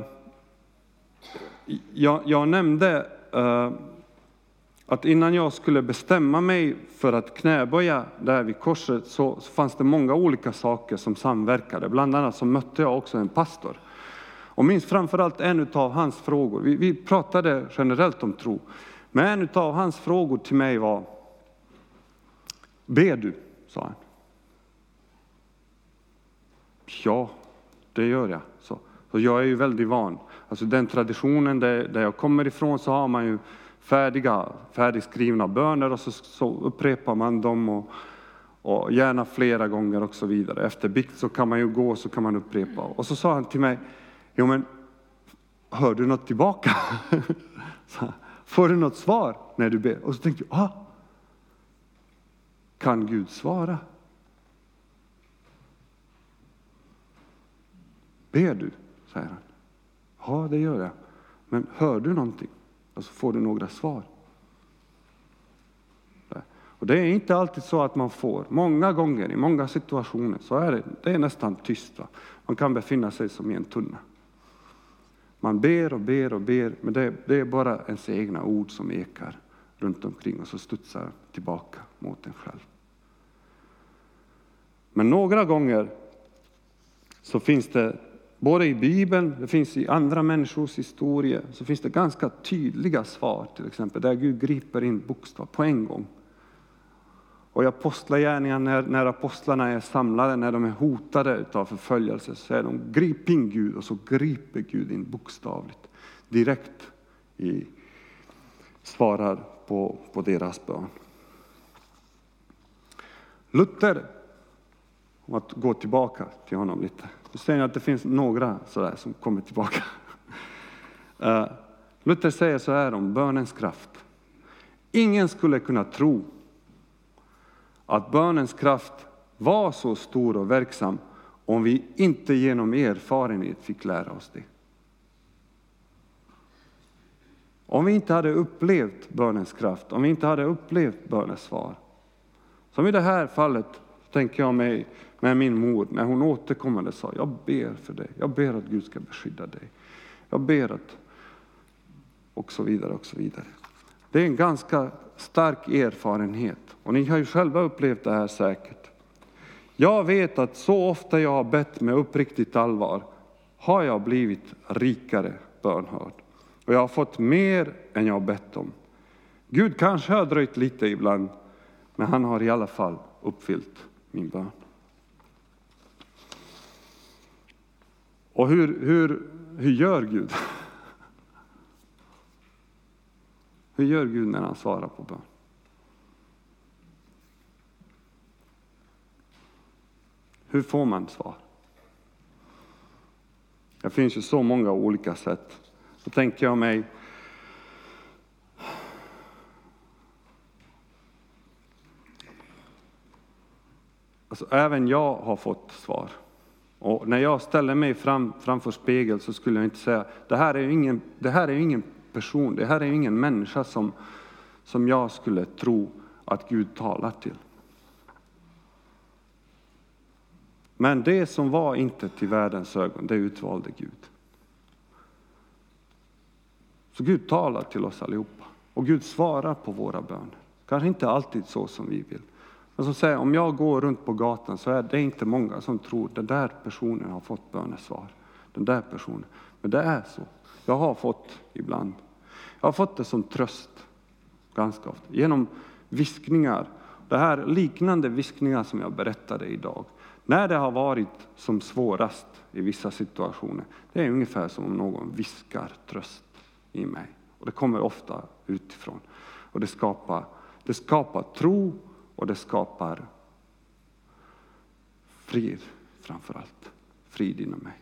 B: jag, jag nämnde uh, att innan jag skulle bestämma mig för att knäböja där vid korset så, så fanns det många olika saker som samverkade. Bland annat så mötte jag också en pastor. Och minns framförallt en av hans frågor. Vi, vi pratade generellt om tro. Men en av hans frågor till mig var: ber du? Sa han. Ja, det gör jag. Så, så jag är ju väldigt van. Alltså den traditionen där, där jag kommer ifrån så har man ju färdiga, färdigskrivna böner och så, så upprepar man dem och, och gärna flera gånger och så vidare. Efter bikt så kan man ju gå och så kan man upprepa. Och så sa han till mig: jo men, hör du något tillbaka? Så, får du något svar när du ber? Och så tänkte jag, ah, kan Gud svara? Ber du? Säger han. Ja, det gör jag. Men hör du någonting? Och så får du några svar. Och det är inte alltid så att man får. Många gånger, i många situationer, så är det, det är nästan tyst. Va? Man kan befinna sig som i en tunna. Man ber och ber och ber, men det, det är bara ens egna ord som ekar runt omkring och så studsar tillbaka mot en själv. Men några gånger så finns det, både i Bibeln, det finns i andra människors historia, så finns det ganska tydliga svar, till exempel, där Gud griper in bokstav på en gång. Och i apostlagärningarna, när, när apostlarna är samlade, när de är hotade av förföljelse, så är de grip in Gud och så griper Gud in bokstavligt. Direkt i, svarar på, på deras bön. Luther, om att gå tillbaka till honom lite. Du ser att det finns några sådär som kommer tillbaka. Uh, Luther säger så här om bönens kraft. Ingen skulle kunna tro att bönens kraft var så stor och verksam om vi inte genom erfarenhet fick lära oss det. Om vi inte hade upplevt bönens kraft, om vi inte hade upplevt bönens svar. Som i det här fallet tänker jag mig med min mor när hon återkommande sa: jag ber för dig, jag ber att Gud ska beskydda dig. Jag ber att... och så vidare och så vidare. Det är en ganska stark erfarenhet. Och ni har ju själva upplevt det här säkert. Jag vet att så ofta jag har bett med uppriktigt allvar har jag blivit rikare bönhörd. Och jag har fått mer än jag har bett om. Gud kanske har dröjt lite ibland, men han har i alla fall uppfyllt min bön. Och hur, hur, hur gör Gud? Hur gör Gud när han svarar på bön? Hur får man svar? Det finns ju så många olika sätt. Då tänker jag mig, alltså även jag har fått svar. Och när jag ställer mig fram, framför spegeln så skulle jag inte säga, det här är ju ingen, det här är ju ingen person, det här är ju ingen människa som, som jag skulle tro att Gud talar till. Men det som var inte till världens ögon, det utvalde Gud. Så Gud talar till oss allihopa. Och Gud svarar på våra böner. Kanske inte alltid så som vi vill. Men som säger, om jag går runt på gatan så är det inte många som tror den där personen har fått bönesvar. Den där personen. Men det är så. Jag har fått ibland. Jag har fått det som tröst. Ganska ofta. Genom viskningar. Det här liknande viskningar som jag berättade idag. När det har varit som svårast i vissa situationer. Det är ungefär som om någon viskar tröst i mig. Och det kommer ofta utifrån. Och det skapar, det skapar tro och det skapar frid framför allt. Frid inom mig.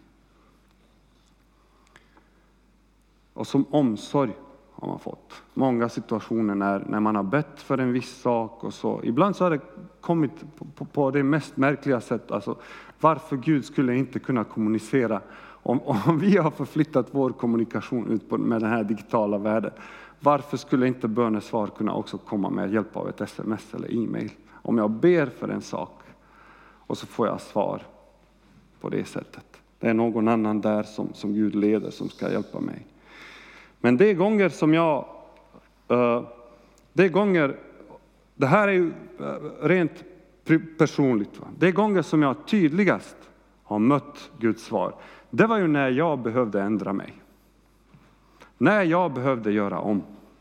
B: Och som omsorg har man fått. Många situationer när, när man har bett för en viss sak och så. Ibland så har det kommit på, på, på det mest märkliga sätt. Alltså, varför Gud skulle inte kunna kommunicera. Om, om vi har förflyttat vår kommunikation ut på, med den här digitala världen. Varför skulle inte bönesvar kunna också komma med hjälp av ett sms eller e-mail? Om jag ber för en sak och så får jag svar på det sättet. Det är någon annan där som, som Gud leder som ska hjälpa mig. Men det är gånger som jag, uh, det är gånger, det här är ju uh, rent personligt. Va? Det är gånger som jag tydligast har mött Guds svar. Det var ju när jag behövde ändra mig. När jag behövde göra om.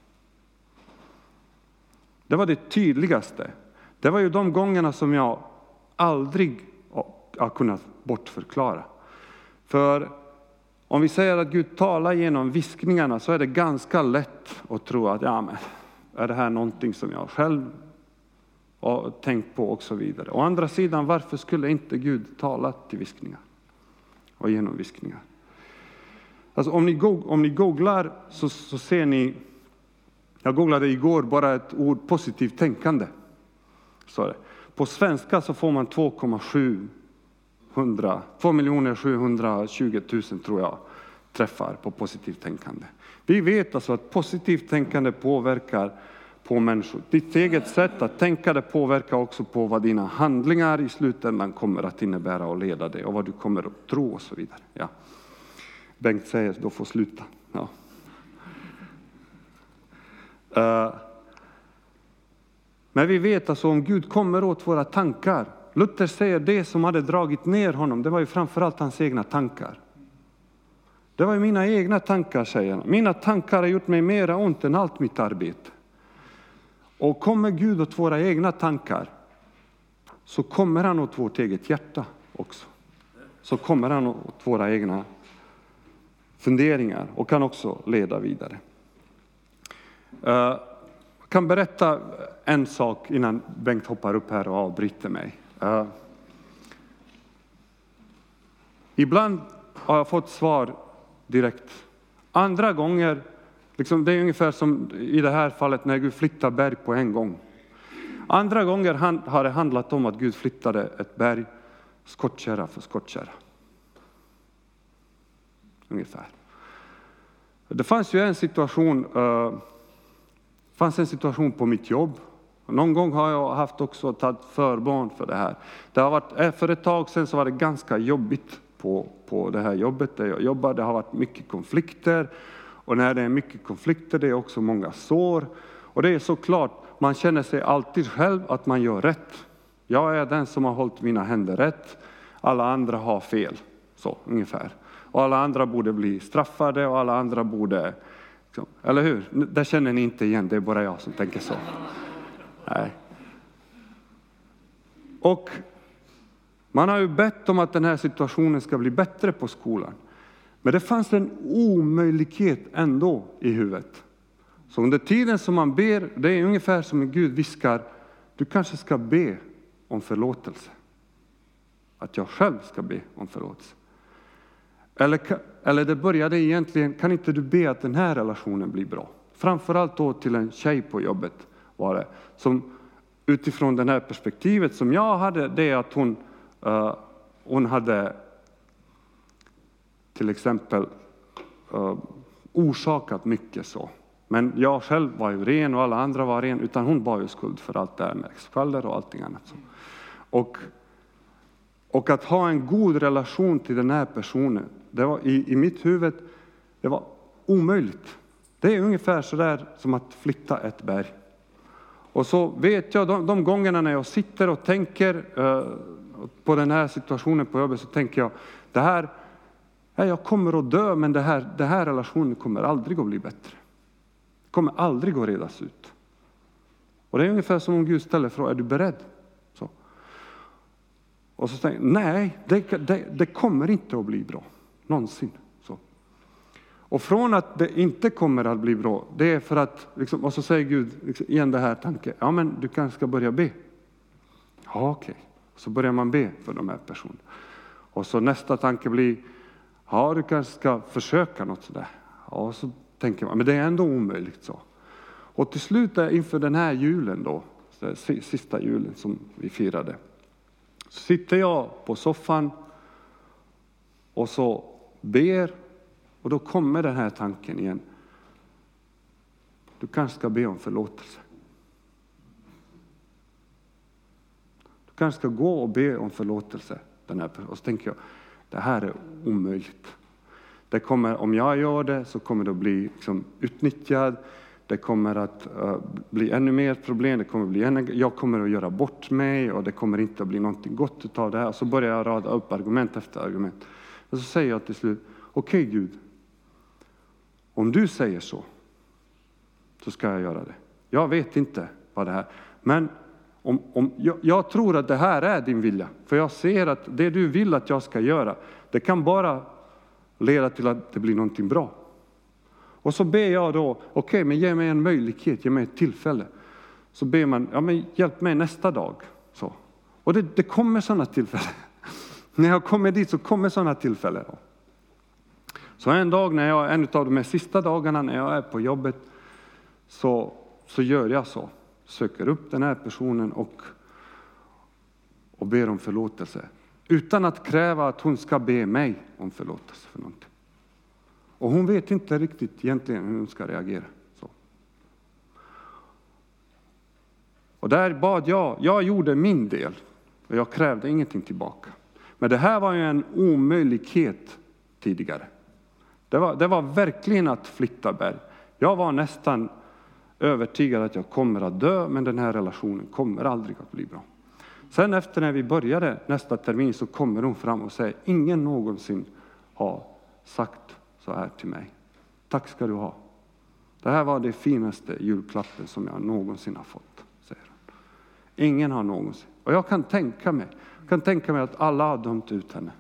B: Det var det tydligaste. Det var ju de gångerna som jag aldrig har kunnat bortförklara. För om vi säger att Gud talar genom viskningarna så är det ganska lätt att tro att ja, men, är det här någonting som jag själv har tänkt på och så vidare. Å andra sidan, varför skulle inte Gud tala till viskningar och genom viskningar? Alltså om ni, om ni googlar så, så ser ni, jag googlade igår bara ett ord positivt tänkande. Så det. På svenska så får man två miljoner sjuhundratjugo tusen tror jag träffar på positivt tänkande. Vi vet alltså att positivt tänkande påverkar på människor. Ditt eget sätt att tänka det påverkar också på vad dina handlingar i slutändan kommer att innebära och leda dig. Och vad du kommer att tro och så vidare. Ja. Bengt säger då får sluta. Ja. Uh, men vi vet alltså om Gud kommer åt våra tankar. Luther säger det som hade dragit ner honom. Det var ju framförallt hans egna tankar. Det var ju mina egna tankar, säger han. Mina tankar har gjort mig mera ont än allt mitt arbete. Och kommer Gud åt våra egna tankar så kommer han åt vårt eget hjärta också. Så kommer han åt våra egna funderingar och kan också leda vidare. Jag kan berätta en sak innan Bengt hoppar upp här och avbryter mig. Ibland har jag fått svar direkt. Andra gånger, liksom, det är ungefär som i det här fallet när Gud flyttar berg på en gång. Andra gånger har det handlat om att Gud flyttade ett berg skottkärra för skottkärra. Ungefär. Det fanns ju en situation, uh, fanns en situation på mitt jobb. Någon gång har jag haft också tagit förbarn för det här. Det har varit, för ett tag sedan så var det ganska jobbigt på, på det här jobbet där jag jobbar. Det har varit mycket konflikter. Och när det är mycket konflikter det är också många sår. Och det är såklart, man känner sig alltid själv att man gör rätt. Jag är den som har hållit mina händer rätt. Alla andra har fel. Så ungefär. Och alla andra borde bli straffade och alla andra borde... Eller hur? Det känner ni inte igen, det är bara jag som tänker så. Nej. Och Man har ju bett om att den här situationen ska bli bättre på skolan. Men det fanns en omöjlighet ändå i huvudet. Så under tiden som man ber, det är ungefär som en Gud viskar, du kanske ska be om förlåtelse. Att jag själv ska be om förlåtelse. Eller, eller det började egentligen, kan inte du be att den här relationen blir bra? Framförallt då till en tjej på jobbet var det. Som utifrån det här perspektivet som jag hade, det är att hon, uh, hon hade till exempel uh, orsakat mycket så. Men jag själv var ju ren och alla andra var ren, utan hon var ju skuld för allt det här med skvaller och allting annat. Så. Och, och att ha en god relation till den här personen, det var i, i mitt huvud, det var omöjligt. Det är ungefär så där som att flytta ett berg. Och så vet jag, de, de gångerna när jag sitter och tänker uh, på den här situationen på jobbet, så tänker jag, det här, jag kommer att dö, men det här, det här relationen kommer aldrig att bli bättre. Kommer aldrig att redas ut. Och det är ungefär som om Gud ställer frågan, är du beredd? Så. Och så säger jag, nej, det, det, det kommer inte att bli bra. Någonsin. Så. Och från att det inte kommer att bli bra, det är för att, liksom, och så säger Gud liksom, igen det här tanken, ja men du kanske ska börja be. Ja okej, okay. Så börjar man be för de här personerna. Och så nästa tanke blir, ja du kanske ska försöka något sådär. Ja, och så tänker man, men det är ändå omöjligt så. Och till slut inför den här julen då, sista julen som vi firade, så sitter jag på soffan och så ber, och då kommer den här tanken igen. Du kanske ska be om förlåtelse. Du kanske ska gå och be om förlåtelse. Den här, och så tänker jag, det här är omöjligt. Det kommer, om jag gör det så kommer det att bli liksom utnyttjad. Det kommer att uh, bli ännu mer problem. Det kommer att bli ännu, jag kommer att göra bort mig och det kommer inte att bli någonting gott av det här. Och så börjar jag rada upp argument efter argument. Och så säger jag till slut, okej okay, Gud, om du säger så, så ska jag göra det. Jag vet inte vad det är. Men om, om, jag, jag tror att det här är din vilja. För jag ser att det du vill att jag ska göra, det kan bara leda till att det blir någonting bra. Och så ber jag då, okej okay, men ge mig en möjlighet, ge mig ett tillfälle. Så ber man, ja men hjälp mig nästa dag. Så. Och det, det kommer sådana tillfällen. När jag kommer dit så kommer sådana tillfällen. Då. Så en dag, när jag, en av de här sista dagarna när jag är på jobbet, så, så gör jag så. Söker upp den här personen och, och ber om förlåtelse. Utan att kräva att hon ska be mig om förlåtelse för någonting. Och hon vet inte riktigt egentligen hur hon ska reagera. Så. Och där bad jag, jag gjorde min del. Och jag krävde ingenting tillbaka. Men det här var ju en omöjlighet tidigare. Det var, det var verkligen att flytta berg. Jag var nästan övertygad att jag kommer att dö, men den här relationen kommer aldrig att bli bra. Sen efter när vi började nästa termin så kommer hon fram och säger, ingen någonsin har sagt så här till mig. Tack ska du ha. Det här var det finaste julklappen som jag någonsin har fått, säger hon. Ingen har någonsin. Och jag kan tänka mig, kan tänka mig att alla har dömt ut henne.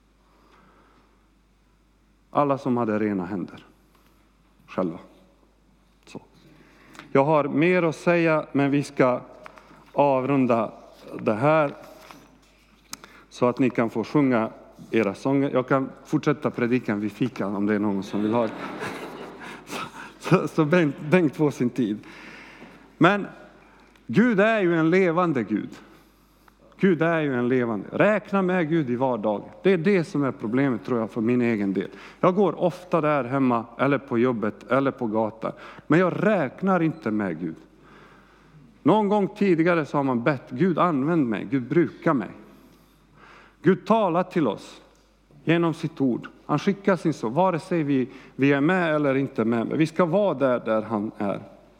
B: Alla som hade rena händer. Själva. Så. Jag har mer att säga, men vi ska avrunda det här. Så att ni kan få sjunga era sånger. Jag kan fortsätta predikan vid fikan om det är någon som vill ha det. Så, så, så Bengt, Bengt får sin tid. Men Gud är ju en levande Gud. Gud är ju en levande. Räkna med Gud i vardag. Det är det som är problemet, tror jag, för min egen del. Jag går ofta där hemma eller på jobbet eller på gatan. Men jag räknar inte med Gud. Någon gång tidigare så har man bett, Gud använd mig, Gud brukar mig. Gud talar till oss genom sitt ord. Han skickar sin så, vare sig vi, vi är med eller inte med. Men vi ska vara där, där han är.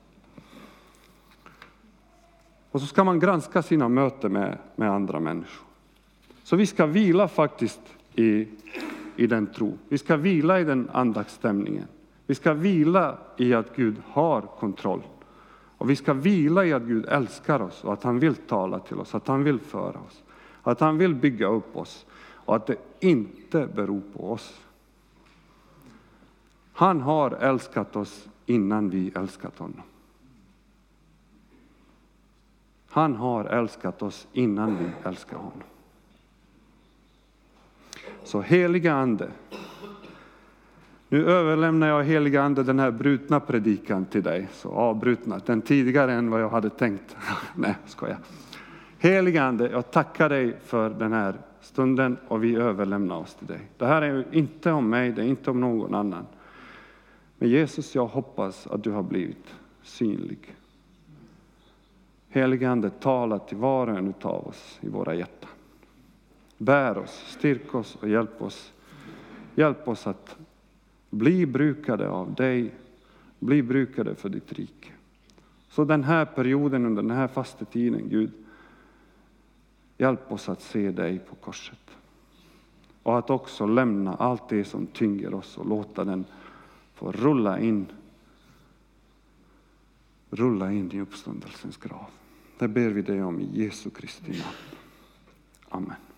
B: Och så ska man granska sina möten med, med andra människor. Så vi ska vila faktiskt i, i den tro. Vi ska vila i den andagsstämningen. Vi ska vila i att Gud har kontroll. Och vi ska vila i att Gud älskar oss och att han vill tala till oss, att han vill föra oss. Att han vill bygga upp oss och att det inte beror på oss. Han har älskat oss innan vi älskat honom. Han har älskat oss innan vi älskar honom. Så heliga ande. Nu överlämnar jag heliga ande den här brutna predikan till dig. Så avbrutna. Den tidigare än vad jag hade tänkt. Nej, skojar. Heliga ande, jag tackar dig för den här stunden och vi överlämnar oss till dig. Det här är inte om mig, det är inte om någon annan. Men Jesus, jag hoppas att du har blivit synlig. Heliga ande, tala till var och en av oss i våra hjärtan. Bär oss, styrk oss och hjälp oss. Hjälp oss att bli brukade av dig. Bli brukade för ditt rike. Så den här perioden under den här fastetiden, Gud. Hjälp oss att se dig på korset. Och att också lämna allt det som tynger oss och låta den få rulla in. Rulla in i uppståndelsens grav. Det ber vi dig om i Jesu Kristi namn. Amen.